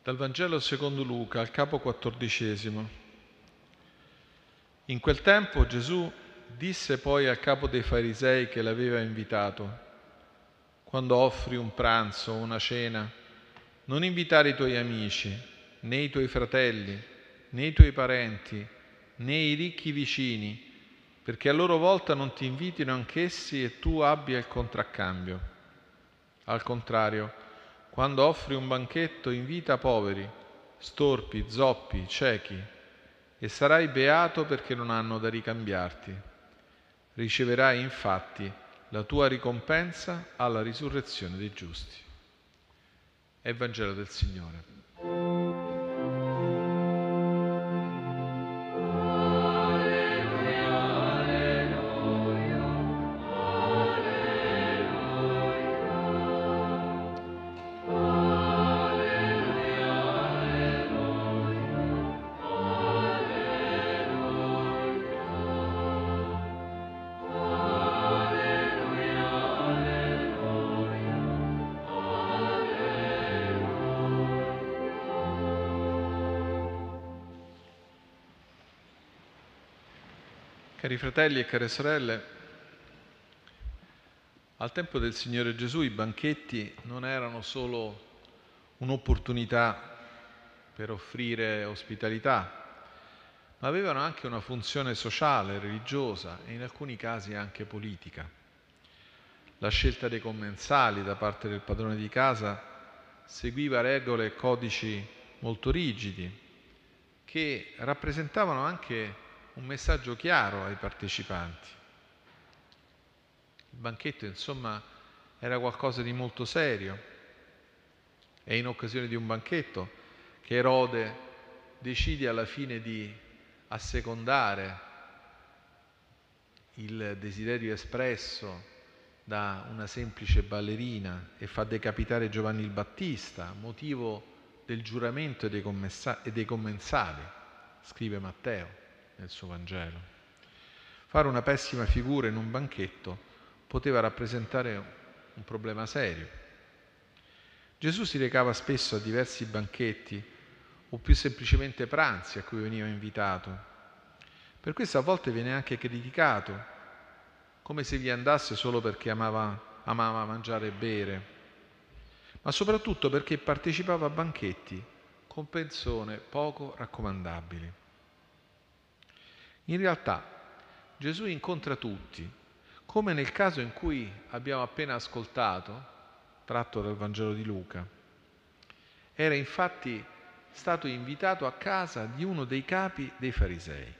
Dal Vangelo secondo Luca, al capo 14. In quel tempo Gesù disse poi al capo dei farisei che l'aveva invitato: quando offri un pranzo o una cena, non invitare i tuoi amici, né i tuoi fratelli, né i tuoi parenti, né i ricchi vicini, perché a loro volta non ti invitino anch'essi e tu abbia il contraccambio. Al contrario, quando offri un banchetto, invita poveri, storpi, zoppi, ciechi, e sarai beato perché non hanno da ricambiarti. Riceverai infatti la tua ricompensa alla risurrezione dei giusti. È il Vangelo del Signore. Cari fratelli e care sorelle, al tempo del Signore Gesù i banchetti non erano solo un'opportunità per offrire ospitalità, ma avevano anche una funzione sociale, religiosa e in alcuni casi anche politica. La scelta dei commensali da parte del padrone di casa seguiva regole e codici molto rigidi che rappresentavano anche un messaggio chiaro ai partecipanti. Il banchetto, insomma, era qualcosa di molto serio. È in occasione di un banchetto che Erode decide alla fine di assecondare il desiderio espresso da una semplice ballerina e fa decapitare Giovanni il Battista, motivo del giuramento e dei commensali, scrive Matteo nel suo Vangelo. Fare una pessima figura in un banchetto poteva rappresentare un problema serio. Gesù si recava spesso a diversi banchetti o più semplicemente pranzi a cui veniva invitato. Per questo a volte viene anche criticato, come se vi andasse solo perché amava mangiare e bere, ma soprattutto perché partecipava a banchetti con persone poco raccomandabili. In realtà Gesù incontra tutti, come nel caso in cui abbiamo appena ascoltato, tratto dal Vangelo di Luca. Era infatti stato invitato a casa di uno dei capi dei farisei.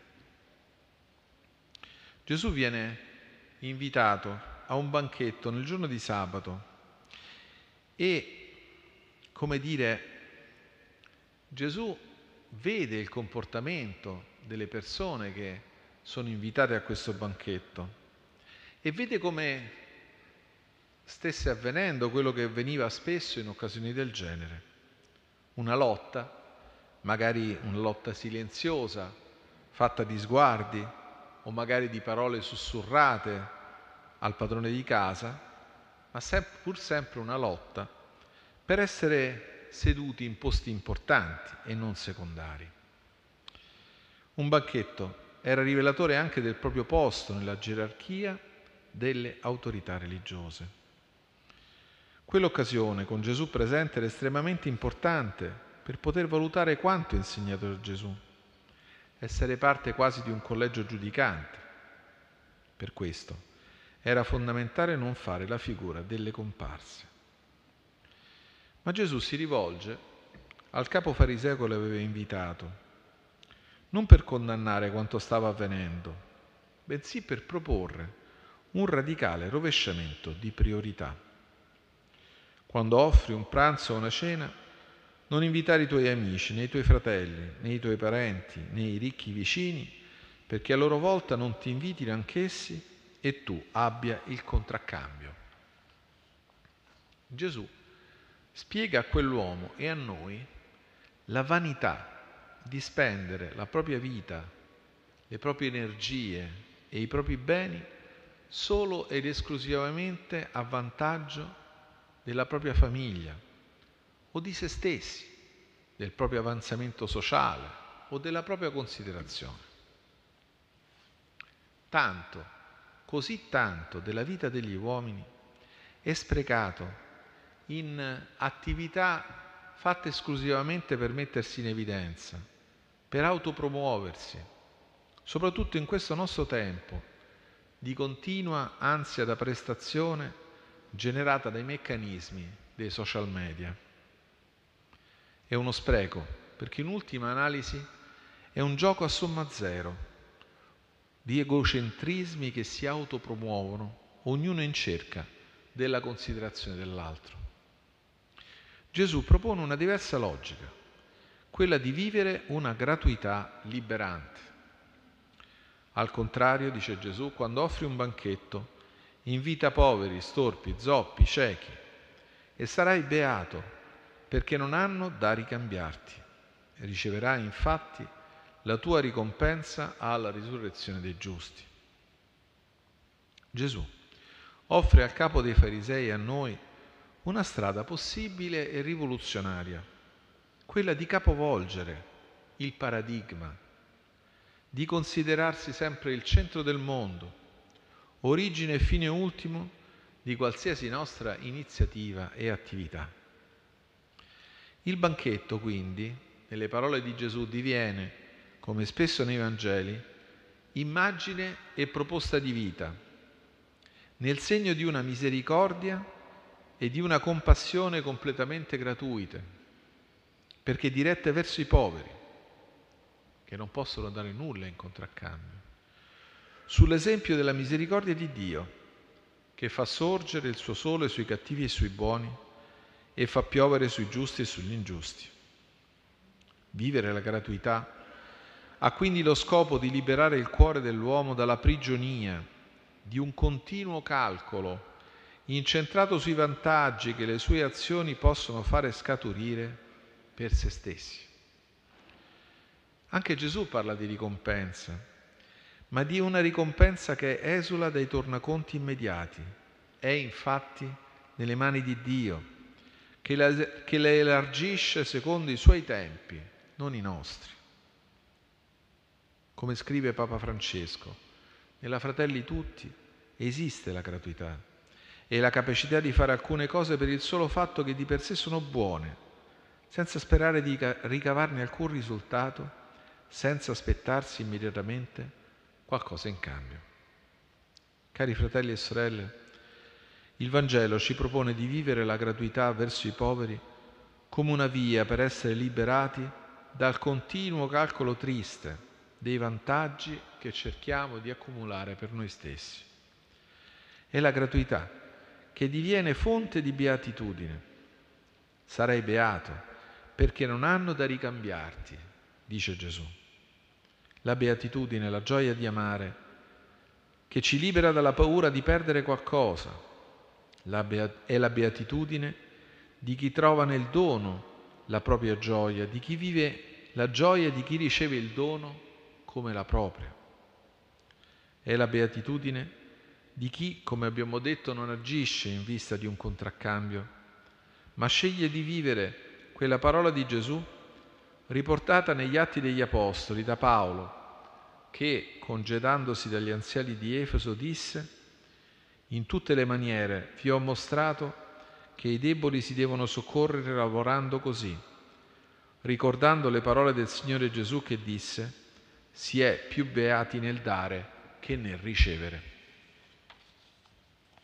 Gesù viene invitato a un banchetto nel giorno di sabato e, come dire, Gesù vede il comportamento delle persone che sono invitate a questo banchetto e vede come stesse avvenendo quello che avveniva spesso in occasioni del genere. Una lotta, magari una lotta silenziosa, fatta di sguardi o magari di parole sussurrate al padrone di casa, ma pur sempre una lotta per essere seduti in posti importanti e non secondari. Un banchetto era rivelatore anche del proprio posto nella gerarchia delle autorità religiose. Quell'occasione con Gesù presente era estremamente importante per poter valutare quanto insegnato da Gesù, essere parte quasi di un collegio giudicante. Per questo era fondamentale non fare la figura delle comparse. Ma Gesù si rivolge al capo fariseo che lo aveva invitato, non per condannare quanto stava avvenendo, bensì per proporre un radicale rovesciamento di priorità. Quando offri un pranzo o una cena, non invitare i tuoi amici, né i tuoi fratelli, né i tuoi parenti, né i ricchi vicini, perché a loro volta non ti invitino anch'essi e tu abbia il contraccambio. Gesù spiega a quell'uomo e a noi la vanità di spendere la propria vita, le proprie energie e i propri beni solo ed esclusivamente a vantaggio della propria famiglia o di se stessi, del proprio avanzamento sociale o della propria considerazione. Tanto, così tanto della vita degli uomini è sprecato in attività fatte esclusivamente per mettersi in evidenza, per autopromuoversi, soprattutto in questo nostro tempo di continua ansia da prestazione generata dai meccanismi dei social media. È uno spreco, perché in ultima analisi è un gioco a somma zero di egocentrismi che si autopromuovono, ognuno in cerca della considerazione dell'altro. Gesù propone una diversa logica, quella di vivere una gratuità liberante. Al contrario, dice Gesù, quando offri un banchetto, invita poveri, storpi, zoppi, ciechi, e sarai beato, perché non hanno da ricambiarti. Riceverai infatti la tua ricompensa alla risurrezione dei giusti. Gesù offre al capo dei farisei e a noi una strada possibile e rivoluzionaria, quella di capovolgere il paradigma, di considerarsi sempre il centro del mondo, origine e fine ultimo di qualsiasi nostra iniziativa e attività. Il banchetto, quindi, nelle parole di Gesù, diviene, come spesso nei Vangeli, immagine e proposta di vita, nel segno di una misericordia e di una compassione completamente gratuite, perché dirette verso i poveri, che non possono dare nulla in contraccambio, sull'esempio della misericordia di Dio, che fa sorgere il suo sole sui cattivi e sui buoni e fa piovere sui giusti e sugli ingiusti. Vivere la gratuità ha quindi lo scopo di liberare il cuore dell'uomo dalla prigionia di un continuo calcolo incentrato sui vantaggi che le sue azioni possono fare scaturire per se stessi. Anche Gesù parla di ricompensa, ma di una ricompensa che esula dai tornaconti immediati. È infatti nelle mani di Dio, che la elargisce secondo i suoi tempi, non i nostri. Come scrive Papa Francesco, nella Fratelli Tutti esiste la gratuità e la capacità di fare alcune cose per il solo fatto che di per sé sono buone, senza sperare di ricavarne alcun risultato, senza aspettarsi immediatamente qualcosa in cambio. Cari fratelli e sorelle, il Vangelo ci propone di vivere la gratuità verso i poveri come una via per essere liberati dal continuo calcolo triste dei vantaggi che cerchiamo di accumulare per noi stessi. È la gratuità che diviene fonte di beatitudine. Sarai beato perché non hanno da ricambiarti, dice Gesù. La beatitudine, la gioia di amare, che ci libera dalla paura di perdere qualcosa, è la beatitudine di chi trova nel dono la propria gioia, di chi vive la gioia di chi riceve il dono come la propria. È la beatitudine di chi, come abbiamo detto, non agisce in vista di un contraccambio, ma sceglie di vivere quella parola di Gesù riportata negli Atti degli Apostoli da Paolo, che, congedandosi dagli anziani di Efeso, disse: «In tutte le maniere vi ho mostrato che i deboli si devono soccorrere lavorando così, ricordando le parole del Signore Gesù che disse: si è più beati nel dare che nel ricevere».